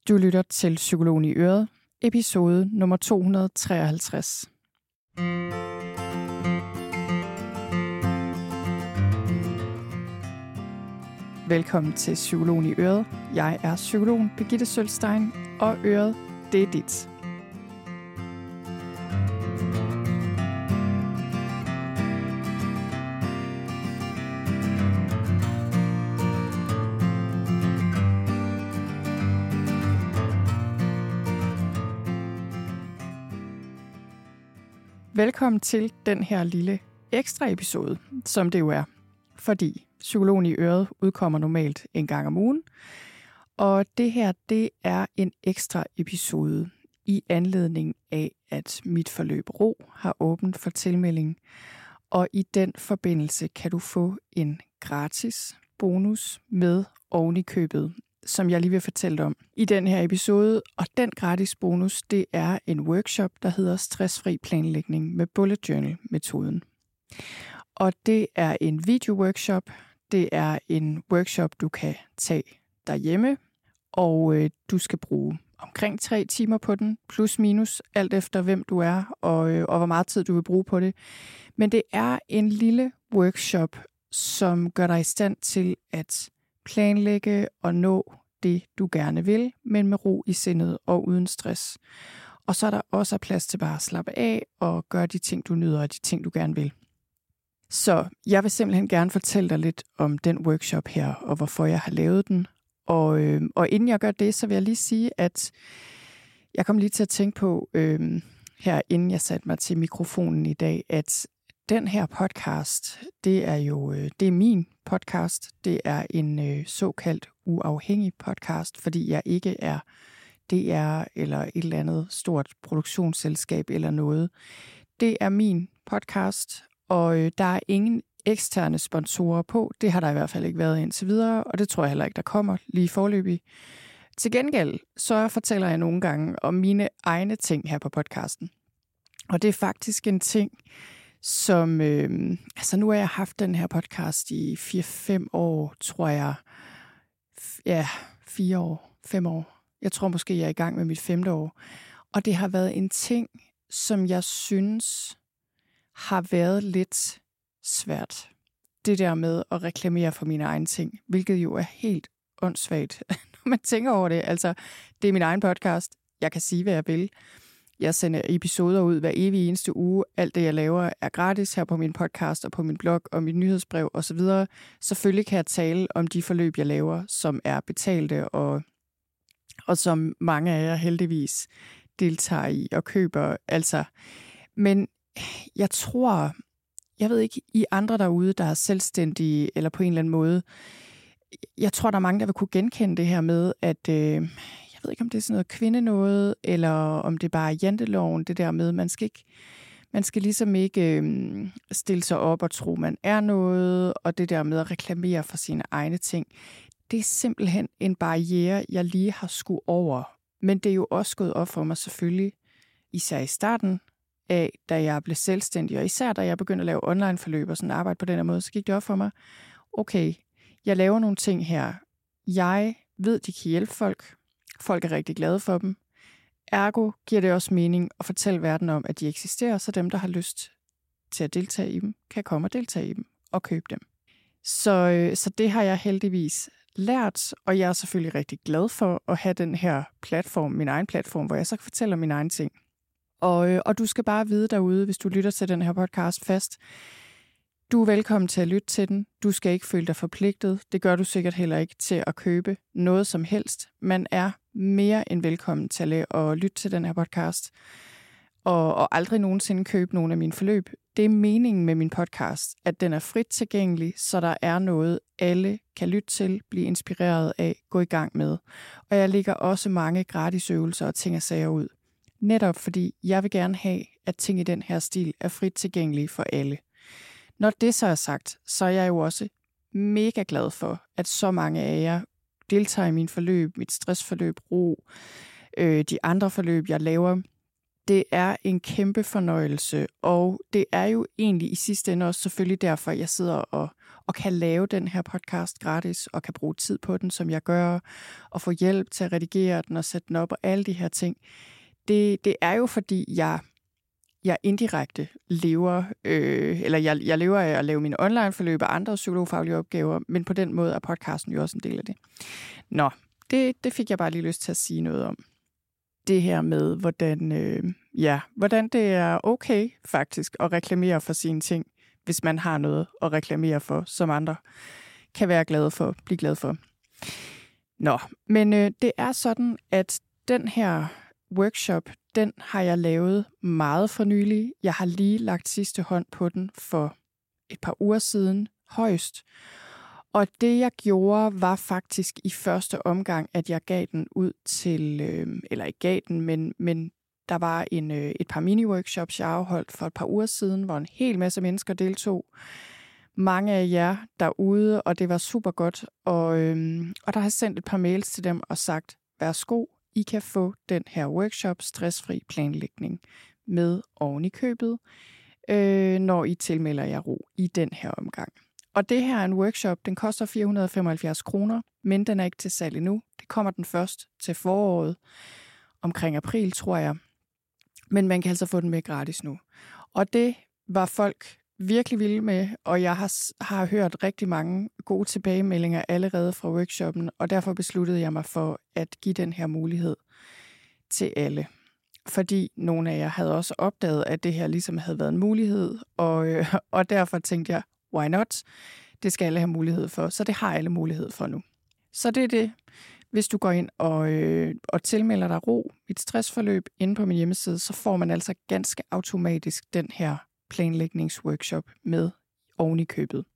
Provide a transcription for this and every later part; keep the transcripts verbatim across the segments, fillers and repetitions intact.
Du lytter til Psykologen i Øret, episode nummer to hundrede treoghalvtreds. Velkommen til Psykologen i Øret. Jeg er psykologen Birgitte Sølstein, og Øret, det er dit. Velkommen til den her lille ekstra episode, som det jo er, fordi Psykologen i Øret udkommer normalt en gang om ugen, og det her, det er en ekstra episode i anledning af, at mit forløb Ro har åbent for tilmelding, og i den forbindelse kan du få en gratis bonus med oven i købet, som jeg lige vil fortælle om i den her episode. Og den gratis bonus, det er en workshop, der hedder Stressfri planlægning med Bullet Journal-metoden. Og det er en video-workshop. Det er en workshop, du kan tage derhjemme, og øh, du skal bruge omkring tre timer på den, plus minus, alt efter hvem du er, og, øh, og hvor meget tid du vil bruge på det. Men det er en lille workshop, som gør dig i stand til at planlægge og nå det, du gerne vil, men med ro i sindet og uden stress. Og så er der også plads til bare at slappe af og gøre de ting, du nyder, og de ting, du gerne vil. Så jeg vil simpelthen gerne fortælle dig lidt om den workshop her, og hvorfor jeg har lavet den. Og, øh, og inden jeg gør det, så vil jeg lige sige, at jeg kom lige til at tænke på, øh, her inden jeg satte mig til mikrofonen i dag, at den her podcast, det er jo øh, det er min podcast. Det er en øh, såkaldt uafhængig podcast, fordi jeg ikke er D R eller et eller andet stort produktionsselskab eller noget. Det er min podcast, og øh, der er ingen eksterne sponsorer på. Det har der i hvert fald ikke været indtil videre, og det tror jeg heller ikke, der kommer lige foreløbig. Til gengæld, så fortæller jeg nogle gange om mine egne ting her på podcasten. Og det er faktisk en ting, som, øh, altså nu har jeg haft den her podcast i fire fem år, tror jeg. Ja, fire år, fem år. Jeg tror måske, jeg er i gang med mit femte år. Og det har været en ting, som jeg synes har været lidt svært. Det der med at reklamere for mine egne ting, hvilket jo er helt åndssvagt, når man tænker over det. Altså, det er min egen podcast. Jeg kan sige, hvad jeg vil. Jeg sender episoder ud hver evig eneste uge. Alt det, jeg laver, er gratis her på min podcast og på min blog og mit nyhedsbrev osv. Selvfølgelig kan jeg tale om de forløb, jeg laver, som er betalte, og, og som mange af jer heldigvis deltager i og køber. Altså, men jeg tror, jeg ved ikke, I andre derude, der er selvstændige eller på en eller anden måde, jeg tror, der er mange, der vil kunne genkende det her med, at øh, jeg ved ikke, om det er sådan noget kvindenåde, eller om det bare er janteloven, det der med, man skal ikke, man skal ligesom ikke øh, stille sig op og tro, man er noget, og det der med at reklamere for sine egne ting, det er simpelthen en barriere, jeg lige har skulle over. Men det er jo også gået op for mig selvfølgelig, især i starten af, da jeg blev selvstændig, og især da jeg begyndte at lave online-forløb og sådan arbejde på den her måde, så gik det op for mig, okay, jeg laver nogle ting her, jeg ved, de kan hjælpe folk, folk er rigtig glade for dem. Ergo giver det også mening at fortælle verden om, at de eksisterer, så dem, der har lyst til at deltage i dem, kan komme og deltage i dem og købe dem. Så, så det har jeg heldigvis lært, og jeg er selvfølgelig rigtig glad for at have den her platform, min egen platform, hvor jeg så kan fortælle om mine egne ting. Og, og du skal bare vide derude, hvis du lytter til den her podcast fast, du er velkommen til at lytte til den. Du skal ikke føle dig forpligtet. Det gør du sikkert heller ikke til at købe noget som helst. Man er mere end velkommen til at lytte til den her podcast. Og, og aldrig nogensinde købe nogle af mine forløb. Det er meningen med min podcast, at den er frit tilgængelig, så der er noget, alle kan lytte til, blive inspireret af, gå i gang med. Og jeg lægger også mange gratis øvelser og ting og sager ud. Netop fordi jeg vil gerne have, at ting i den her stil er frit tilgængelige for alle. Når det så er sagt, så er jeg jo også mega glad for, at så mange af jer deltager i min forløb, mit stressforløb, Ro, øh, de andre forløb, jeg laver. Det er en kæmpe fornøjelse, og det er jo egentlig i sidste ende også selvfølgelig derfor, jeg sidder og, og kan lave den her podcast gratis, og kan bruge tid på den, som jeg gør, og få hjælp til at redigere den og sætte den op, og alle de her ting, det, det er jo fordi, jeg, jeg indirekte lever, øh, eller jeg, jeg lever af at lave mine online-forløb og andre psykologfaglige opgaver, men på den måde er podcasten jo også en del af det. Nå, det, det fik jeg bare lige lyst til at sige noget om. Det her med, hvordan, øh, ja, hvordan det er okay faktisk at reklamere for sine ting, hvis man har noget at reklamere for, som andre kan være glade for, blive glade for. Nå, men øh, det er sådan, at den her workshop, den har jeg lavet meget for nylig. Jeg har lige lagt sidste hånd på den for et par uger siden, højst. Og det, jeg gjorde, var faktisk i første omgang, at jeg gav den ud til, øh, eller ikke gav den, men, men der var en, øh, et par mini-workshops, jeg afholdt for et par uger siden, hvor en hel masse mennesker deltog. Mange af jer derude, og det var super godt. Og, øh, og der har jeg sendt et par mails til dem og sagt, værsgo, I kan få den her workshop, stressfri planlægning, med oven i købet, øh, når I tilmelder jer ro i den her omgang. Og det her er en workshop, den koster fire hundrede og femoghalvfjerds kroner, men den er ikke til salg endnu. Det kommer den først til foråret, omkring april, tror jeg. Men man kan altså få den med gratis nu. Og det var folk virkelig vilde med, og jeg har, har hørt rigtig mange gode tilbagemeldinger allerede fra workshoppen, og derfor besluttede jeg mig for at give den her mulighed til alle. Fordi nogle af jer havde også opdaget, at det her ligesom havde været en mulighed, og, øh, og derfor tænkte jeg, why not? Det skal alle have mulighed for, så det har alle mulighed for nu. Så det er det. Hvis du går ind og, øh, og tilmelder dig ro, et stressforløb inde på min hjemmeside, så får man altså ganske automatisk den her planlægningsworkshop med oven i købet.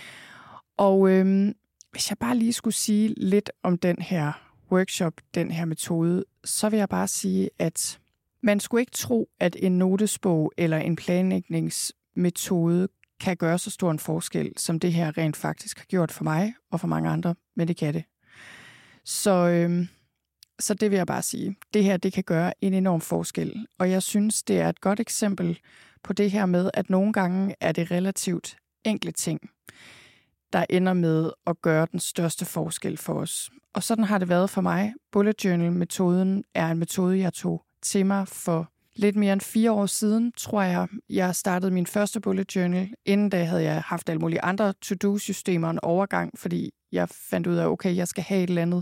Og øh, hvis jeg bare lige skulle sige lidt om den her workshop, den her metode, så vil jeg bare sige, at man skulle ikke tro, at en notesbog eller en planlægningsmetode kan gøre så stor en forskel, som det her rent faktisk har gjort for mig og for mange andre, men det kan det. Så, øh, så det vil jeg bare sige. Det her, det kan gøre en enorm forskel, og jeg synes, det er et godt eksempel på det her med, at nogle gange er det relativt enkle ting, der ender med at gøre den største forskel for os. Og sådan har det været for mig. Bullet Journal-metoden er en metode, jeg tog til mig for lidt mere end fire år siden, tror jeg. Jeg startede min første bullet journal. Inden da havde jeg haft alle mulige andre to-do-systemer en overgang, fordi jeg fandt ud af, okay, jeg skal have et eller andet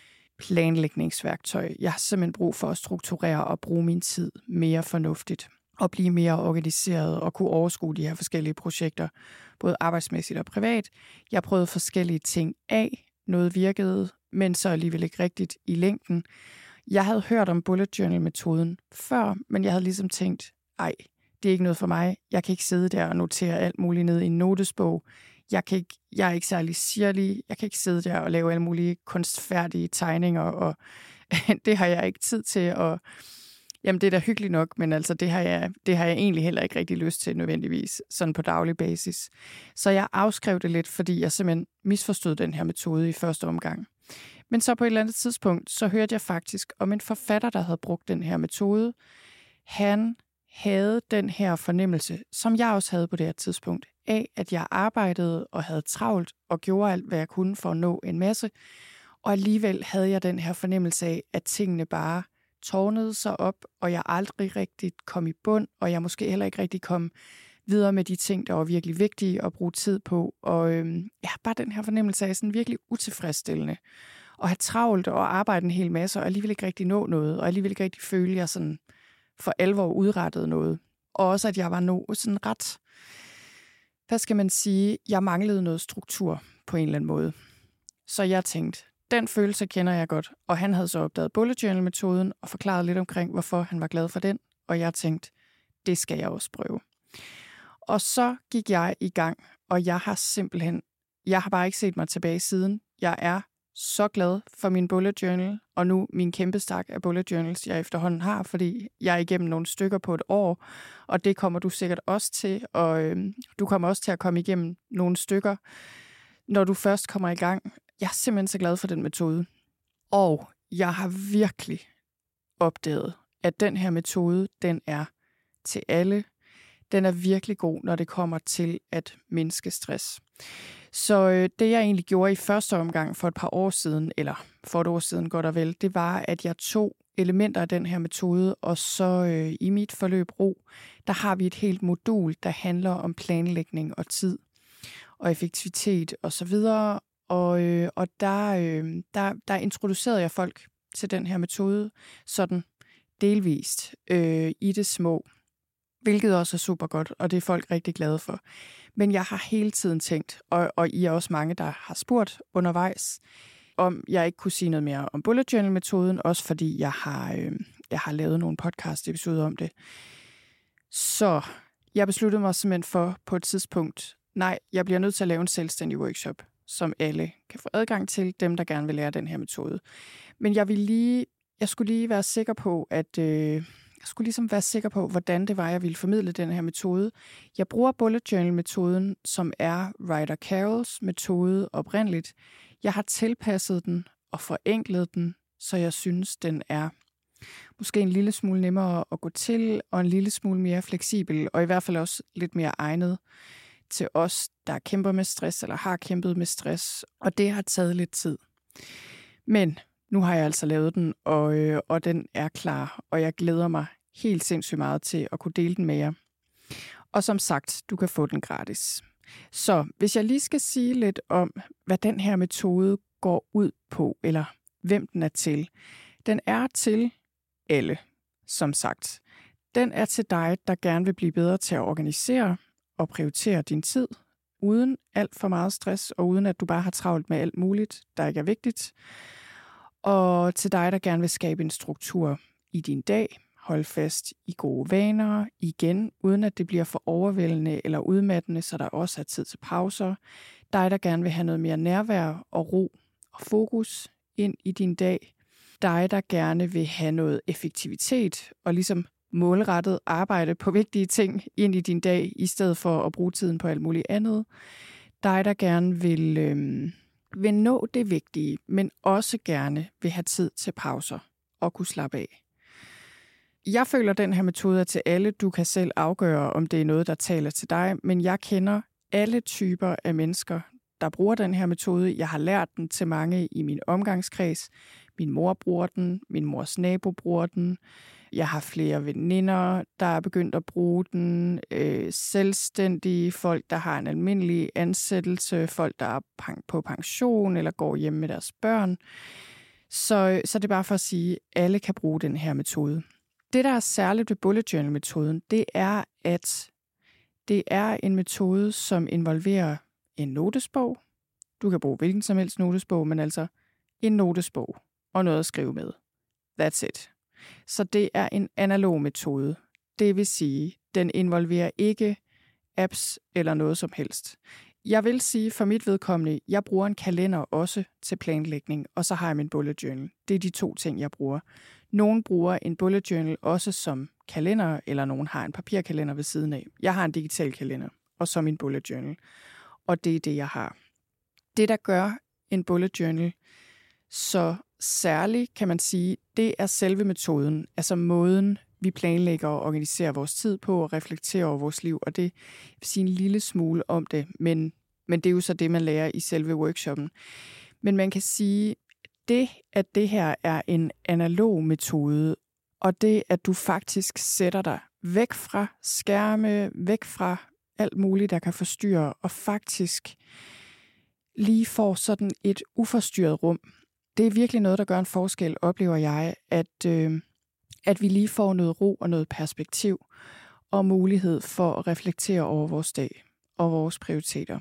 planlægningsværktøj. Jeg har simpelthen brug for at strukturere og bruge min tid mere fornuftigt og blive mere organiseret og kunne overskue de her forskellige projekter, både arbejdsmæssigt og privat. Jeg prøvede forskellige ting af. Noget virkede, men så alligevel ikke rigtigt i længden. Jeg havde hørt om bullet journal-metoden før, men jeg havde ligesom tænkt, ej, det er ikke noget for mig. Jeg kan ikke sidde der og notere alt muligt ned i en notesbog. Jeg, kan ikke, jeg er ikke særlig sirlig. Jeg kan ikke sidde der og lave alle mulige kunstfærdige tegninger, og det har jeg ikke tid til. Og jamen, det er da hyggeligt nok, men altså, det har, jeg, det har jeg egentlig heller ikke rigtig lyst til nødvendigvis, sådan på daglig basis. Så jeg afskrev det lidt, fordi jeg simpelthen misforstod den her metode i første omgang. Men så på et eller andet tidspunkt, så hørte jeg faktisk om en forfatter, der havde brugt den her metode. Han havde den her fornemmelse, som jeg også havde på det her tidspunkt, af at jeg arbejdede og havde travlt og gjorde alt, hvad jeg kunne for at nå en masse. Og alligevel havde jeg den her fornemmelse af, at tingene bare tårnede sig op, og jeg aldrig rigtig kom i bund, og jeg måske heller ikke rigtig kom videre med de ting, der var virkelig vigtige at bruge tid på. Og øhm, ja, bare den her fornemmelse af sådan virkelig utilfredsstillende. Og have travlt og arbejde en hel masse, og alligevel ikke rigtig nå noget, og alligevel ikke rigtig føle, at jeg sådan for alvor udrettede noget. Og også, at jeg var no, sådan ret, hvad skal man sige, jeg manglede noget struktur på en eller anden måde. Så jeg tænkte, den følelse kender jeg godt, og han havde så opdaget bullet journal-metoden og forklaret lidt omkring, hvorfor han var glad for den, og jeg tænkte, det skal jeg også prøve. Og så gik jeg i gang, og jeg har simpelthen, jeg har bare ikke set mig tilbage siden. Jeg er så glad for min bullet journal, og nu min kæmpe stak af bullet journals, jeg efterhånden har, fordi jeg er igennem nogle stykker på et år, og det kommer du sikkert også til, og øh, du kommer også til at komme igennem nogle stykker, når du først kommer i gang. Jeg er simpelthen så glad for den metode. Og jeg har virkelig opdaget, at den her metode, den er til alle. Den er virkelig god, når det kommer til at mindske stress. Så øh, det, jeg egentlig gjorde i første omgang for et par år siden, eller for et år siden godt og vel, det var, at jeg tog elementer af den her metode, og så øh, i mit forløb Ro, der har vi et helt modul, der handler om planlægning og tid og effektivitet og så videre. Og, øh, og der, øh, der, der introducerede jeg folk til den her metode sådan delvist øh, i det små, hvilket også er super godt, og det er folk rigtig glade for. Men jeg har hele tiden tænkt, og, og I er også mange, der har spurgt undervejs, om jeg ikke kunne sige noget mere om bullet journal-metoden, også fordi jeg har, øh, jeg har lavet nogle podcast-episoder om det. Så jeg besluttede mig simpelthen for på et tidspunkt, nej, jeg bliver nødt til at lave en selvstændig workshop, som alle kan få adgang til, dem der gerne vil lære den her metode. Men jeg vil lige, jeg skulle lige være sikker på, at øh, jeg skulle ligesom være sikker på, hvordan det var, jeg ville formidle den her metode. Jeg bruger bullet journal-metoden, som er Ryder Carrolls metode oprindeligt. Jeg har tilpasset den og forenklet den, så jeg synes, den er måske en lille smule nemmere at gå til, og en lille smule mere fleksibel, og i hvert fald også lidt mere egnet til os, der kæmper med stress, eller har kæmpet med stress, og det har taget lidt tid. Men nu har jeg altså lavet den, og, øh, og den er klar, og jeg glæder mig helt sindssygt meget til at kunne dele den med jer. Og som sagt, du kan få den gratis. Så hvis jeg lige skal sige lidt om, hvad den her metode går ud på, eller hvem den er til. Den er til alle, som sagt. Den er til dig, der gerne vil blive bedre til at organisere og prioritere din tid, uden alt for meget stress, og uden at du bare har travlt med alt muligt, der ikke er vigtigt. Og til dig, der gerne vil skabe en struktur i din dag, hold fast i gode vaner, igen, uden at det bliver for overvældende eller udmattende, så der også er tid til pauser. Dig, der gerne vil have noget mere nærvær og ro og fokus ind i din dag. Dig, der gerne vil have noget effektivitet og ligesom målrettet arbejde på vigtige ting ind i din dag, i stedet for at bruge tiden på alt muligt andet. Dig, der gerne vil, øhm, vil nå det vigtige, men også gerne vil have tid til pauser og kunne slappe af. Jeg føler, at den her metode er til alle. Du kan selv afgøre, om det er noget, der taler til dig, men jeg kender alle typer af mennesker, der bruger den her metode. Jeg har lært den til mange i min omgangskreds. Min mor bruger den, min mors nabo bruger den. Jeg har flere veninder, der er begyndt at bruge den. Øh, selvstændige, folk, der har en almindelig ansættelse, folk, der er på pension eller går hjem med deres børn. Så, så det er bare for at sige, at alle kan bruge den her metode. Det, der er særligt ved bullet journal-metoden, det er, at det er en metode, som involverer en notesbog. Du kan bruge hvilken som helst notesbog, men altså en notesbog og noget at skrive med. That's it. Så det er en analog metode. Det vil sige, den involverer ikke apps eller noget som helst. Jeg vil sige for mit vedkommende, jeg bruger en kalender også til planlægning, og så har jeg min bullet journal. Det er de to ting, jeg bruger. Nogen bruger en bullet journal også som kalender, eller nogen har en papirkalender ved siden af. Jeg har en digital kalender, og så min bullet journal. Og det er det, jeg har. Det, der gør en bullet journal så særlig, kan man sige, det er selve metoden, altså måden, vi planlægger og organiserer vores tid på og reflekterer over vores liv, og det vil sige en lille smule om det, men, men det er jo så det, man lærer i selve workshoppen. Men man kan sige, det, at det her er en analog metode, og det, at du faktisk sætter dig væk fra skærme, væk fra alt muligt, der kan forstyrre, og faktisk lige får sådan et uforstyrret rum. Det er virkelig noget, der gør en forskel, oplever jeg, at, øh, at vi lige får noget ro og noget perspektiv og mulighed for at reflektere over vores dag og vores prioriteter.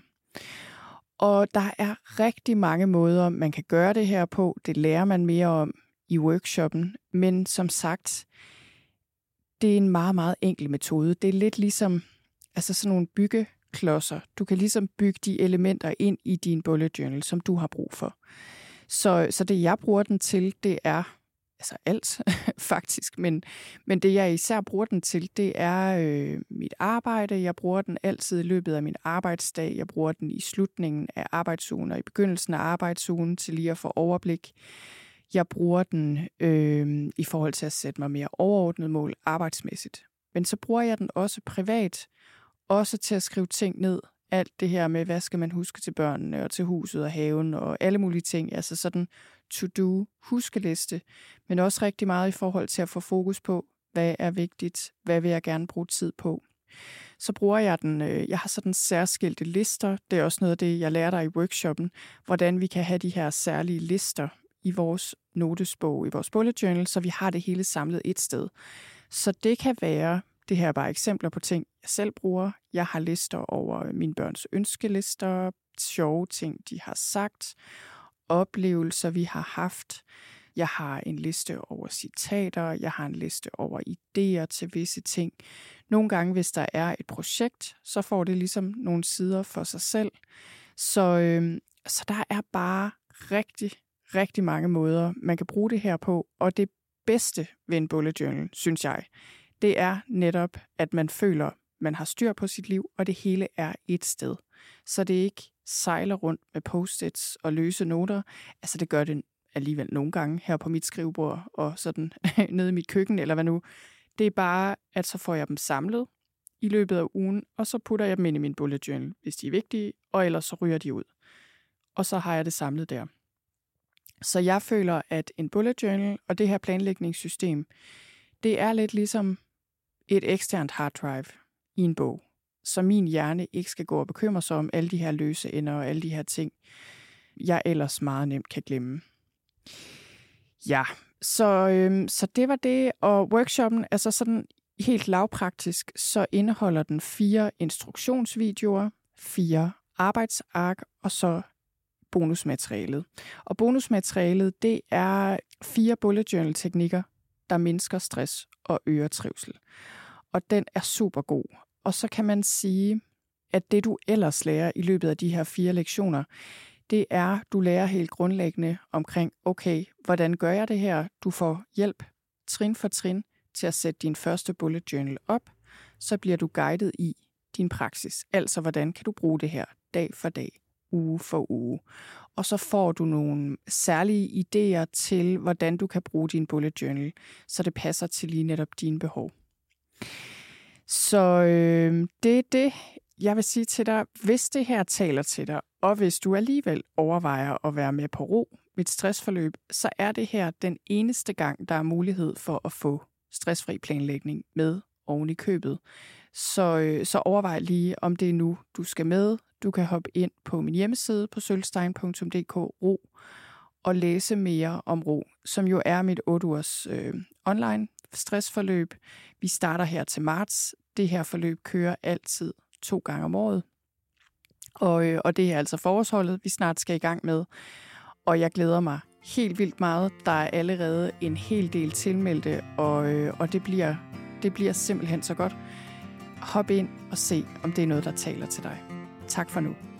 Og der er rigtig mange måder, man kan gøre det her på. Det lærer man mere om i workshoppen, men som sagt, det er en meget, meget enkel metode. Det er lidt ligesom altså sådan nogle byggeklodser. Du kan ligesom bygge de elementer ind i din bullet journal, som du har brug for. Så, så det, jeg bruger den til, det er altså alt faktisk, men, men det, jeg især bruger den til, det er øh, mit arbejde. Jeg bruger den altid i løbet af min arbejdsdag. Jeg bruger den i slutningen af arbejdsugen og i begyndelsen af arbejdsugen til lige at få overblik. Jeg bruger den øh, i forhold til at sætte mig mere overordnet mål arbejdsmæssigt. Men så bruger jeg den også privat, også til at skrive ting ned, alt det her med, hvad skal man huske til børnene og til huset og haven og alle mulige ting. Altså sådan to-do huskeliste, men også rigtig meget i forhold til at få fokus på, hvad er vigtigt, hvad vil jeg gerne bruge tid på. Så bruger jeg den, jeg har sådan særskilte lister. Det er også noget af det, jeg lærer dig i workshoppen, hvordan vi kan have de her særlige lister i vores notesbog, i vores bullet journal, så vi har det hele samlet et sted. Så det kan være, det her er bare eksempler på ting, jeg selv bruger. Jeg har lister over mine børns ønskelister, sjove ting, de har sagt, oplevelser, vi har haft. Jeg har en liste over citater, jeg har en liste over idéer til visse ting. Nogle gange, hvis der er et projekt, så får det ligesom nogle sider for sig selv. Så, øh, så der er bare rigtig, rigtig mange måder, man kan bruge det her på. Og det bedste ved en bullet journal, synes jeg, det er netop, at man føler, man har styr på sit liv, og det hele er et sted. Så det ikke sejler rundt med post-its og løse noter. Altså det gør det alligevel nogle gange her på mit skrivebord og sådan nede i mit køkken eller hvad nu. Det er bare, at så får jeg dem samlet i løbet af ugen, og så putter jeg dem ind i min bullet journal, hvis de er vigtige, og ellers så ryger de ud. Og så har jeg det samlet der. Så jeg føler, at en bullet journal og det her planlægningssystem, det er lidt ligesom et eksternt hard drive i en bog, så min hjerne ikke skal gå og bekymre sig om alle de her løse ender og alle de her ting, jeg ellers meget nemt kan glemme. Ja, så, øhm, så det var det, og workshoppen er så sådan helt lavpraktisk, så indeholder den fire instruktionsvideoer, fire arbejdsark og så bonusmaterialet. Og bonusmaterialet, det er fire bullet journal teknikker, der mindsker stress og øger trivsel. Og den er super god. Og så kan man sige, at det du ellers lærer i løbet af de her fire lektioner, det er, du lærer helt grundlæggende omkring, okay, hvordan gør jeg det her? Du får hjælp trin for trin til at sætte din første bullet journal op. Så bliver du guidet i din praksis. Altså, hvordan kan du bruge det her dag for dag, uge for uge. Og så får du nogle særlige idéer til, hvordan du kan bruge din bullet journal, så det passer til lige netop dine behov. Så øh, det er det, jeg vil sige til dig. Hvis det her taler til dig, og hvis du alligevel overvejer at være med på Ro, mit stressforløb, så er det her den eneste gang, der er mulighed for at få stressfri planlægning med oven i købet. Så, øh, så overvej lige, om det er nu, du skal med. Du kan hoppe ind på min hjemmeside på sølvstein punktum d k ro og læse mere om Ro, som jo er mit otte ugers øh, online stressforløb. Vi starter her til marts. Det her forløb kører altid to gange om året. Og, øh, og det er altså forårsholdet, vi snart skal i gang med. Og jeg glæder mig helt vildt meget. Der er allerede en hel del tilmeldte, og, øh, og det, bliver, det bliver simpelthen så godt. Hop ind og se, om det er noget, der taler til dig. Tak for nu.